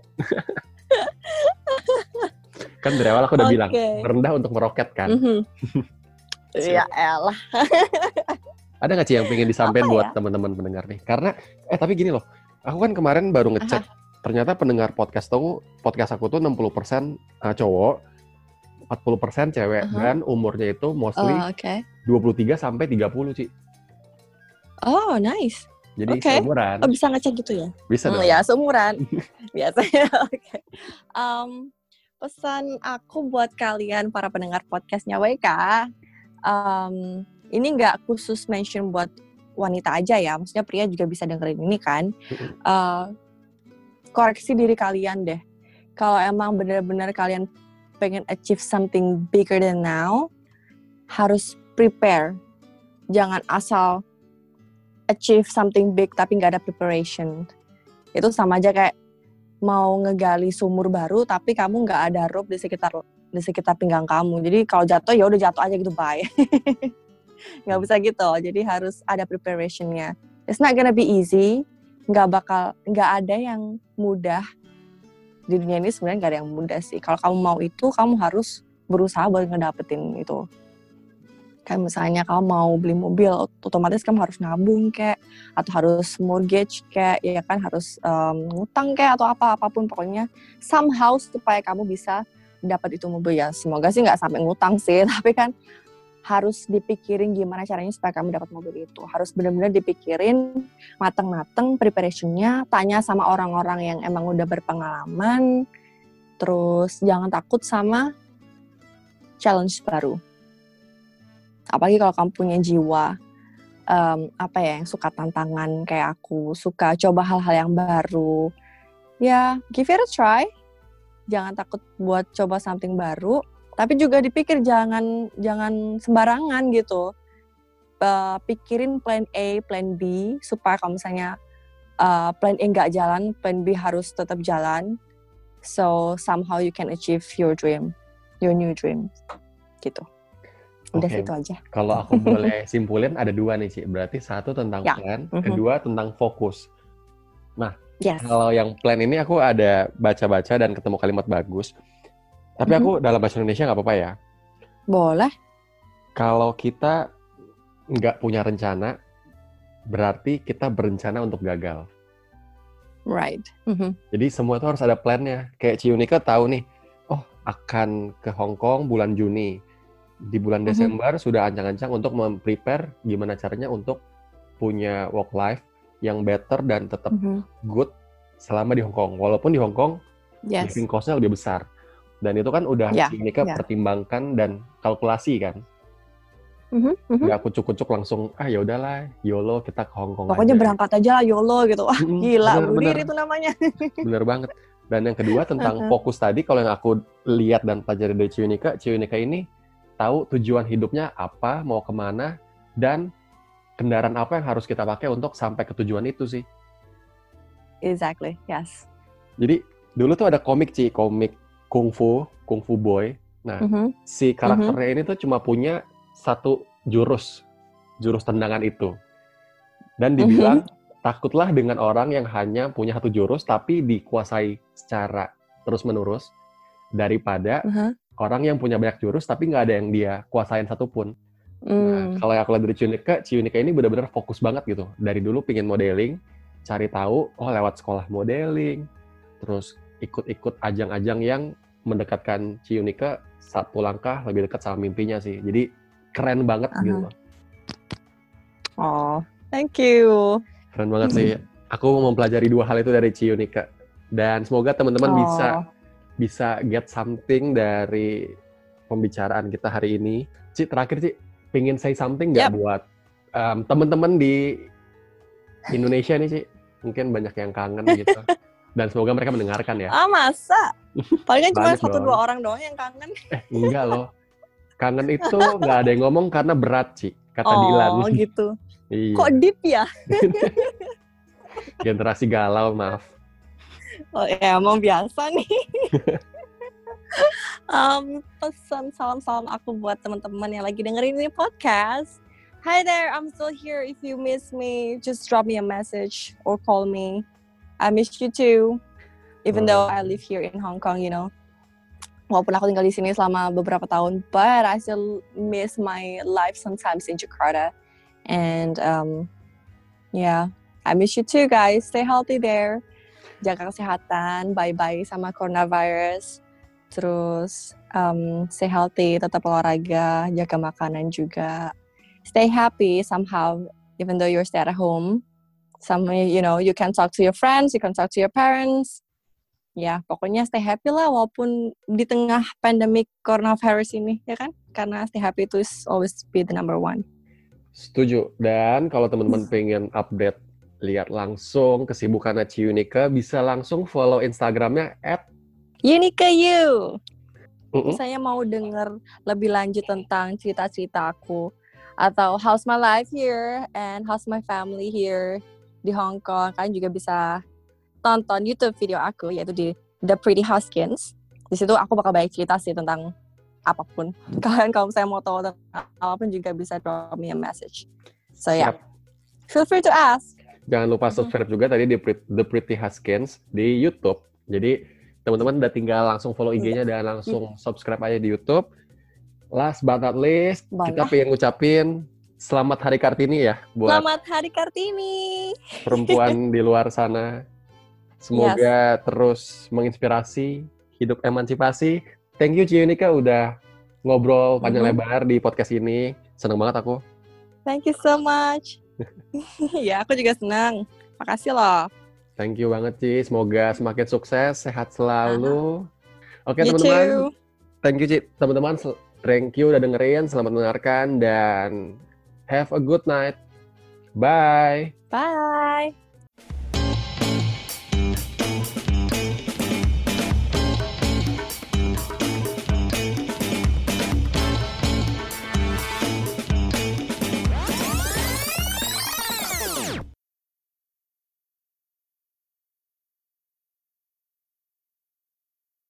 Kan dari awal aku udah Oke. bilang, merendah untuk meroket kan. Mhm. Ya elah. Ada nggak Ci yang pengen disampaikan Apa buat ya? teman-teman pendengar nih? Karena eh tapi gini loh, aku kan kemarin baru ngecek, ternyata pendengar podcast tuh podcast aku tuh enam puluh persen uh, cowok, empat puluh persen cewek, Aha. dan umurnya itu mostly Oh, oke. dua puluh tiga sampai tiga puluh, Ci. Oh, nice. Jadi Oke. seumuran. Oh, bisa ngecek gitu ya? Bisa Hmm, dong. ya, seumuran. Biasanya. Oke. Um, pesan aku buat kalian para pendengar podcastnya W K, um, ini nggak khusus mention buat wanita aja ya, maksudnya pria juga bisa dengerin ini kan. Uh, koreksi diri kalian deh. Kalau emang benar-benar kalian pengen achieve something bigger than now, harus prepare. Jangan asal achieve something big tapi nggak ada preparation. Itu sama aja kayak mau ngegali sumur baru tapi kamu nggak ada rope di sekitar di sekitar pinggang kamu. Jadi kalau jatuh ya udah jatuh aja gitu, bye. Nggak bisa gitu. Jadi harus ada preparationnya. It's not gonna be easy. Nggak bakal nggak ada yang mudah di dunia ini. Sebenarnya nggak ada yang mudah sih. Kalau kamu mau itu, kamu harus berusaha buat ngedapetin itu. Kayak misalnya kamu mau beli mobil, otomatis kamu harus nabung kayak, atau harus mortgage kayak, ya kan harus um, ngutang kayak atau apa apapun pokoknya somehow supaya kamu bisa dapat itu mobil ya. Semoga sih nggak sampai ngutang sih, tapi kan harus dipikirin gimana caranya supaya kamu dapat mobil itu. Harus benar-benar dipikirin mateng-mateng preparationnya, tanya sama orang-orang yang emang udah berpengalaman, terus jangan takut sama challenge baru. Apalagi kalau kamu punya jiwa um, apa ya yang suka tantangan kayak aku, suka coba hal-hal yang baru, ya give it a try. Jangan takut buat coba something baru, tapi juga dipikir jangan jangan sembarangan gitu. Uh, pikirin plan A, plan B supaya kalau misalnya uh, plan A nggak jalan, plan B harus tetap jalan. So somehow you can achieve your dream, your new dream, gitu. Udah Oke, situ aja. kalau aku boleh simpulin ada dua nih Ci. Berarti satu tentang Ya. plan, Mhm. kedua tentang fokus. Nah, Yes. kalau yang plan ini aku ada baca-baca dan ketemu kalimat bagus. Tapi Mhm. aku dalam bahasa Indonesia nggak apa-apa ya. Boleh. Kalau kita nggak punya rencana, berarti kita berencana untuk gagal. Right. Mhm. Jadi semua itu harus ada plan-nya. Kayak Ciunika tahu nih, oh akan ke Hong Kong bulan Juni. Di bulan Mhm. Desember sudah ancang-ancang untuk mem-prepare gimana caranya untuk punya work life yang better dan tetap Mhm. good selama di Hong Kong. Walaupun di Hong Kong Yes. living cost-nya lebih besar. Dan itu kan udah Ya, Ciunika ya. pertimbangkan dan kalkulasi kan. Mhm. Mhm. Nggak kucuk-kucuk langsung, ah ya udahlah, YOLO kita ke Hong Kong Pokoknya aja. berangkat aja lah YOLO gitu. Wah, Mm-mm, gila, bener, bunuh bener. diri itu namanya. Bener banget. Dan yang kedua tentang fokus tadi, kalau yang aku lihat dan pelajari dari Ciunika, Ciunika ini tahu tujuan hidupnya apa, mau kemana, dan kendaraan apa yang harus kita pakai untuk sampai ke tujuan itu sih. Exactly. Yes. Jadi dulu tuh ada komik Ci, komik Kung Fu, Kung Fu Boy. Nah, Mhm. si karakternya ini tuh cuma punya satu jurus, jurus tendangan itu. Dan dibilang takutlah dengan orang yang hanya punya satu jurus tapi dikuasai secara terus-menerus daripada Mhm. orang yang punya banyak jurus tapi nggak ada yang dia kuasain satupun. Nah, Mm. kalau yang aku lihat dari Ciunika, Ciunika ini benar-benar fokus banget gitu. Dari dulu pingin modeling, cari tahu, oh lewat sekolah modeling, terus ikut-ikut ajang-ajang yang mendekatkan Ciunika satu langkah lebih dekat sama mimpinya sih. Jadi keren banget Aha. gitu loh. Oh, thank you. Keren banget sih. Aku mempelajari dua hal itu dari Ciunika. Dan semoga teman-teman Oh. bisa bisa get something dari pembicaraan kita hari ini. Ci, terakhir Ci, pingin say something nggak Yep. buat um, teman-teman di Indonesia nih Ci? Mungkin banyak yang kangen gitu. Dan semoga mereka mendengarkan ya. Ah, masa? Palingan cuma Banyak satu dong. dua orang doang yang kangen. Eh, enggak loh. Kangen itu nggak ada yang ngomong karena berat, Ci. Kata Dilan. Oh, gitu. Iya. Kok deep ya? Generasi galau, maaf. Oh ya, emang biasa nih. um, pesan salam-salam aku buat teman-teman yang lagi dengerin ini podcast. Hi there, I'm still here. If you miss me, just drop me a message or call me. I miss you too. Even though I live here in Hong Kong, you know. Walaupun aku tinggal di sini selama beberapa tahun, but I still miss my life sometimes in Jakarta. And um, yeah, I miss you too, guys. Stay healthy there. Jaga kesehatan. Bye-bye sama coronavirus. Terus um, stay healthy, tetap olahraga, jaga makanan juga. Stay happy somehow, even though you're stay at home. Some, you know, you can talk to your friends, you can talk to your parents. Ya, pokoknya stay happy lah walaupun di tengah pandemic coronavirus ini, ya kan? Karena stay happy itu is always be the number one. Setuju. Dan kalau teman-teman pengen update, lihat langsung kesibukannya Ciunika, bisa langsung follow Instagramnya at Unika You. Mm-mm. Misalnya mau denger lebih lanjut tentang cerita-cerita aku, atau how's my life here, and how's my family here di Hong Kong, kalian juga bisa tonton YouTube video aku, yaitu di The Pretty Hoskins. Di situ aku bakal banyak cerita sih tentang apapun. Kalian kalau misalnya mau tahu tentang apapun juga bisa drop me a message. So yeah, Siap. feel free to ask. Jangan lupa subscribe juga tadi di Pret- The Pretty Hoskins di YouTube. Jadi teman-teman udah tinggal langsung follow I G-nya dan langsung subscribe aja di YouTube. Last but not least, Boleh. kita pengen ngucapin selamat Hari Kartini ya buat Selamat Hari Kartini. perempuan di luar sana. Semoga terus menginspirasi, hidup emansipasi. Thank you Ciunika udah ngobrol panjang Mhm. lebar di podcast ini. Seneng banget aku. Thank you so much. Ya, aku juga senang. Makasih loh. Thank you banget Ci. Semoga semakin sukses, sehat selalu. Oke You teman-teman. too. Thank you Ci. Teman-teman, sel- thank you udah dengerin. Selamat mendengarkan dan have a good night. Bye. Bye.